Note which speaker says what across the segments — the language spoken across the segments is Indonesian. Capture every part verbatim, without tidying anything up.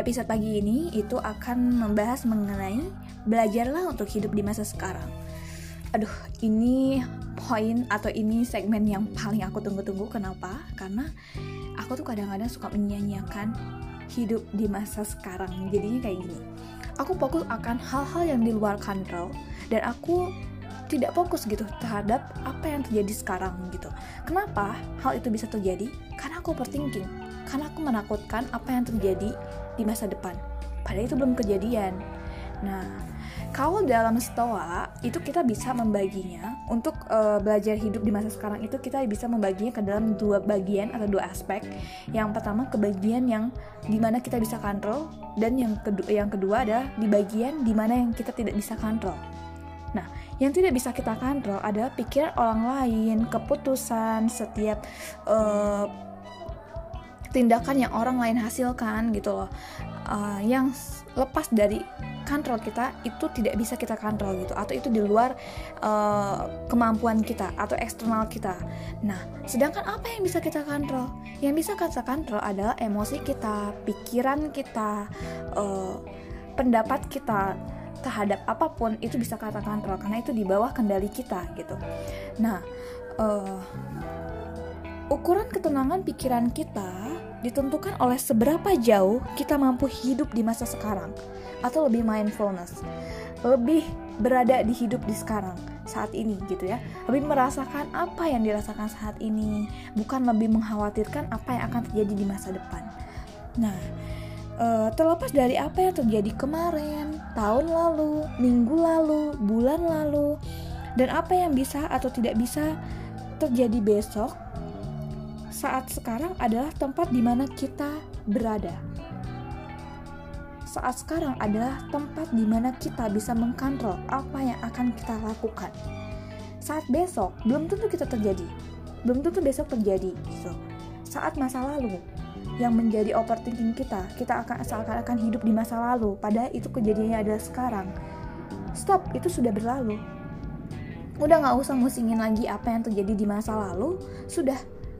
Speaker 1: episode pagi ini itu akan membahas mengenai belajarlah untuk hidup di masa sekarang. Aduh, ini poin atau ini segmen yang paling aku tunggu-tunggu. Kenapa? Karena aku tuh kadang-kadang suka menyanyiakan hidup di masa sekarang. Jadinya kayak gini, aku fokus akan hal-hal yang di luar kontrol dan aku tidak fokus gitu terhadap apa yang terjadi sekarang gitu. Kenapa hal itu bisa terjadi? Karena aku overthinking, karena aku menakutkan apa yang terjadi di masa depan, padahal itu belum kejadian. Nah, kalau dalam Stoa itu kita bisa membaginya untuk uh, belajar hidup di masa sekarang itu kita bisa membaginya ke dalam dua bagian atau dua aspek. Yang pertama ke bagian yang dimana kita bisa kontrol, dan yang kedua, yang kedua adalah di bagian dimana yang kita tidak bisa kontrol. Nah, yang tidak bisa kita kontrol adalah pikiran orang lain, keputusan, setiap uh, tindakan yang orang lain hasilkan gitu loh, uh, yang lepas dari kontrol kita, itu tidak bisa kita kontrol gitu, atau itu di luar uh, kemampuan kita atau eksternal kita. Nah, sedangkan apa yang bisa kita kontrol? Yang bisa kita kontrol adalah emosi kita, pikiran kita, uh, pendapat kita terhadap apapun itu bisa kita kontrol karena itu di bawah kendali kita gitu. Nah, uh, ukuran ketenangan pikiran kita ditentukan oleh seberapa jauh kita mampu hidup di masa sekarang, atau lebih mindfulness, lebih berada di hidup di sekarang saat ini gitu ya, lebih merasakan apa yang dirasakan saat ini, bukan lebih mengkhawatirkan apa yang akan terjadi di masa depan. Nah, uh, terlepas dari apa yang terjadi kemarin, tahun lalu, minggu lalu, bulan lalu, dan apa yang bisa atau tidak bisa terjadi besok, saat sekarang adalah tempat di mana kita berada. Saat sekarang adalah tempat di mana kita bisa mengkontrol apa yang akan kita lakukan. Saat besok belum tentu kita terjadi, belum tentu besok terjadi. So, saat masa lalu yang menjadi overthinking kita, kita akan seakan-akan hidup di masa lalu, padahal itu kejadiannya adalah sekarang. Stop, itu sudah berlalu. Udah nggak usah musingin lagi apa yang terjadi di masa lalu. Sudah,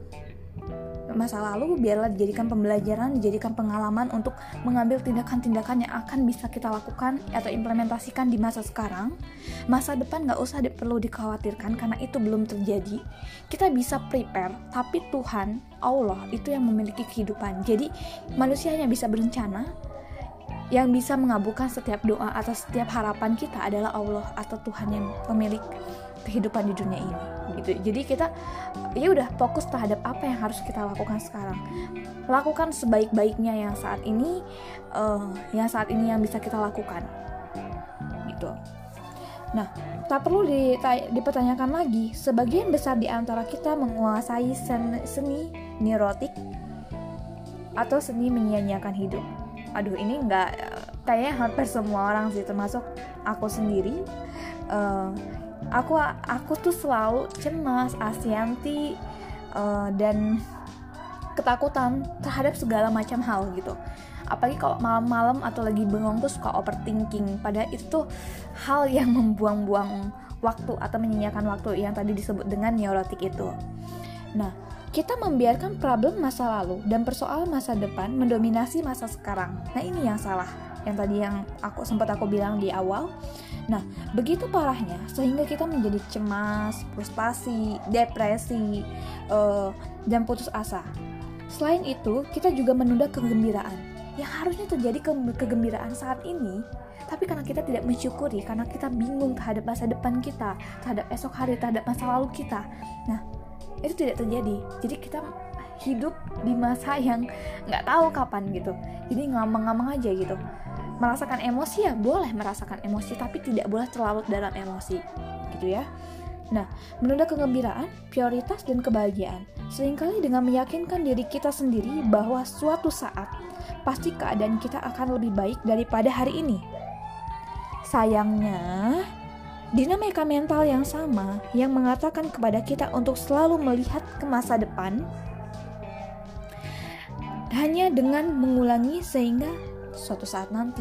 Speaker 1: masa lalu biarlah dijadikan pembelajaran, dijadikan pengalaman untuk mengambil tindakan-tindakan yang akan bisa kita lakukan atau implementasikan di masa sekarang. Masa depan gak usah di, perlu dikhawatirkan karena itu belum terjadi. Kita bisa prepare, tapi Tuhan, Allah itu yang memiliki kehidupan. Jadi manusia hanya bisa berencana, yang bisa mengabulkan setiap doa atau setiap harapan kita adalah Allah atau Tuhan yang pemilik kehidupan di dunia ini gitu. Jadi kita ya udah fokus terhadap apa yang harus kita lakukan sekarang. Lakukan sebaik-baiknya yang saat ini, uh, yang saat ini yang bisa kita lakukan gitu. Nah, tak perlu dita- dipertanyakan lagi, sebagian besar di antara kita menguasai sen- seni neurotik atau seni menyia-nyiakan hidup. Aduh, ini nggak, kayaknya hampir semua orang sih, termasuk aku sendiri. Uh, Aku aku tuh selalu cemas, anxiety, uh, dan ketakutan terhadap segala macam hal gitu. Apalagi kalau malam-malam atau lagi bengong tuh suka overthinking. Padahal itu tuh hal yang membuang-buang waktu atau menyia-nyiakan waktu yang tadi disebut dengan neurotik itu. Nah, kita membiarkan problem masa lalu dan persoalan masa depan mendominasi masa sekarang. Nah, ini yang salah. Yang tadi yang aku sempat aku bilang di awal. Nah, begitu parahnya sehingga kita menjadi cemas, frustasi, depresi, uh, dan putus asa. Selain itu, kita juga menunda kegembiraan yang harusnya terjadi ke- kegembiraan saat ini, tapi karena kita tidak mensyukuri, karena kita bingung terhadap masa depan kita, terhadap esok hari, terhadap masa lalu kita. Nah, itu tidak terjadi. Jadi kita hidup di masa yang nggak tahu kapan gitu. Jadi ngambang-ngambang aja gitu. Merasakan emosi ya boleh merasakan emosi, tapi tidak boleh terlarut dalam emosi gitu ya. Nah, menunda kegembiraan, prioritas, dan kebahagiaan seringkali dengan meyakinkan diri kita sendiri bahwa suatu saat pasti keadaan kita akan lebih baik daripada hari ini. Sayangnya, dinamika mental yang sama yang mengatakan kepada kita untuk selalu melihat ke masa depan hanya dengan mengulangi sehingga suatu saat nanti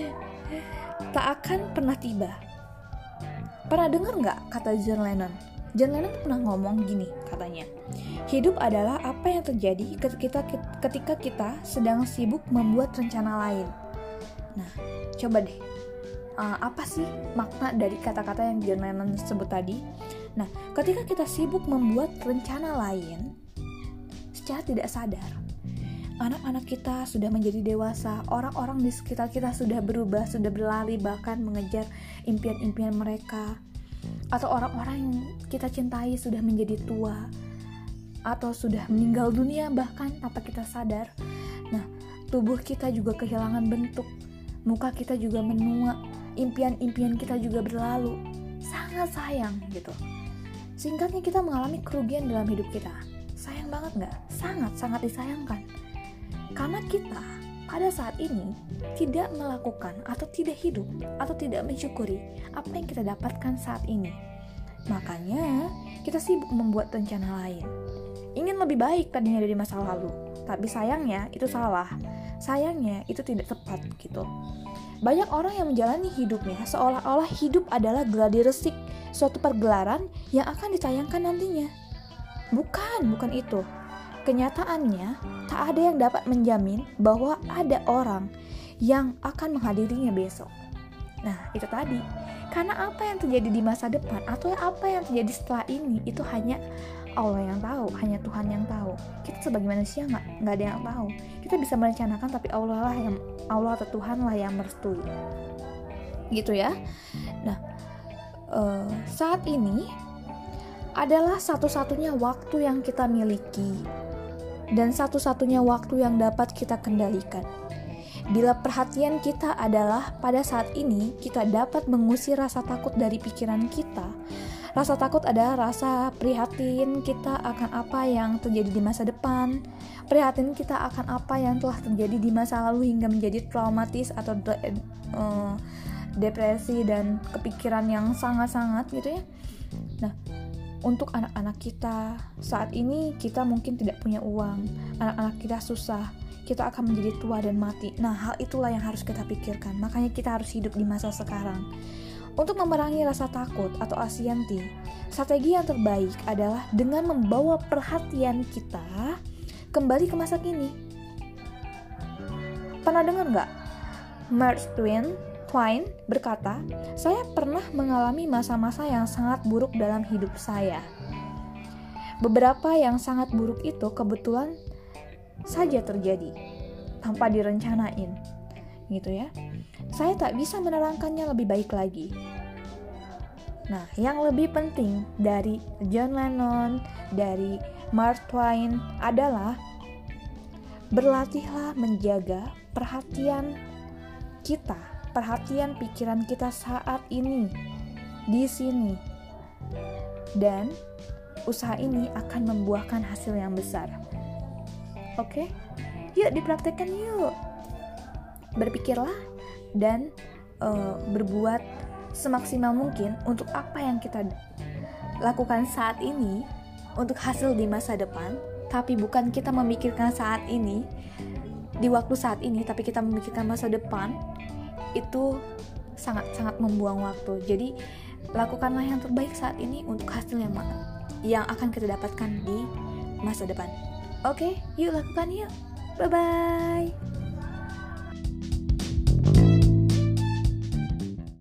Speaker 1: tak akan pernah tiba. Pernah dengar nggak kata John Lennon? John Lennon pernah ngomong gini katanya, hidup adalah apa yang terjadi ketika, ketika kita sedang sibuk membuat rencana lain. Nah, coba deh, uh, apa sih makna dari kata-kata yang John Lennon sebut tadi? Nah, ketika kita sibuk membuat rencana lain, secara tidak sadar, anak-anak kita sudah menjadi dewasa, orang-orang di sekitar kita sudah berubah, sudah berlari bahkan mengejar impian-impian mereka, atau orang-orang yang kita cintai sudah menjadi tua, atau sudah meninggal dunia bahkan tanpa kita sadar. Nah, tubuh kita juga kehilangan bentuk, muka kita juga menua, impian-impian kita juga berlalu. Sangat sayang gitu. Singkatnya, kita mengalami kerugian dalam hidup kita. Sayang banget gak? Sangat-sangat disayangkan. Karena kita pada saat ini tidak melakukan atau tidak hidup atau tidak mensyukuri apa yang kita dapatkan saat ini. Makanya kita sibuk membuat rencana lain, ingin lebih baik tadinya dari masa lalu. Tapi sayangnya itu salah, sayangnya itu tidak tepat gitu. Banyak orang yang menjalani hidupnya seolah-olah hidup adalah gladi resik, suatu pergelaran yang akan ditayangkan nantinya. Bukan, bukan itu. Kenyataannya, tak ada yang dapat menjamin bahwa ada orang yang akan menghadirinya besok. Nah, itu tadi. Karena apa yang terjadi di masa depan atau apa yang terjadi setelah ini, itu hanya Allah yang tahu, hanya Tuhan yang tahu. Kita sebagai manusia nggak nggak ada yang tahu. Kita bisa merencanakan, tapi Allah lah yang Allah atau Tuhan lah yang merestui. Gitu ya. Nah, uh, saat ini adalah satu-satunya waktu yang kita miliki dan satu-satunya waktu yang dapat kita kendalikan. Bila perhatian kita adalah pada saat ini, kita dapat mengusir rasa takut dari pikiran kita. Rasa takut adalah rasa prihatin kita akan apa yang terjadi di masa depan, prihatin kita akan apa yang telah terjadi di masa lalu hingga menjadi traumatis atau de- uh, depresi dan kepikiran yang sangat-sangat gitu ya. Nah, untuk anak-anak kita saat ini, kita mungkin tidak punya uang, anak-anak kita susah, kita akan menjadi tua dan mati. Nah, hal itulah yang harus kita pikirkan. Makanya kita harus hidup di masa sekarang. Untuk memerangi rasa takut atau anxiety, strategi yang terbaik adalah dengan membawa perhatian kita kembali ke masa kini. Pernah dengar nggak? Mark Twain Twain berkata, saya pernah mengalami masa-masa yang sangat buruk dalam hidup saya. Beberapa yang sangat buruk itu kebetulan saja terjadi, tanpa direncanain, gitu ya. Saya tak bisa menerangkannya lebih baik lagi. Nah, yang lebih penting dari John Lennon, dari Mark Twain adalah berlatihlah menjaga perhatian kita, perhatian pikiran kita saat ini, di sini. Dan usaha ini akan membuahkan hasil yang besar. Oke? Yuk dipraktekkan yuk. Berpikirlah dan uh, berbuat semaksimal mungkin untuk apa yang kita lakukan saat ini untuk hasil di masa depan, tapi bukan kita memikirkan saat ini di waktu saat ini, tapi kita memikirkan masa depan. Itu sangat-sangat membuang waktu. Jadi lakukanlah yang terbaik saat ini untuk hasil yang yang akan kita dapatkan di masa depan. Oke, yuk lakukan yuk. Bye bye.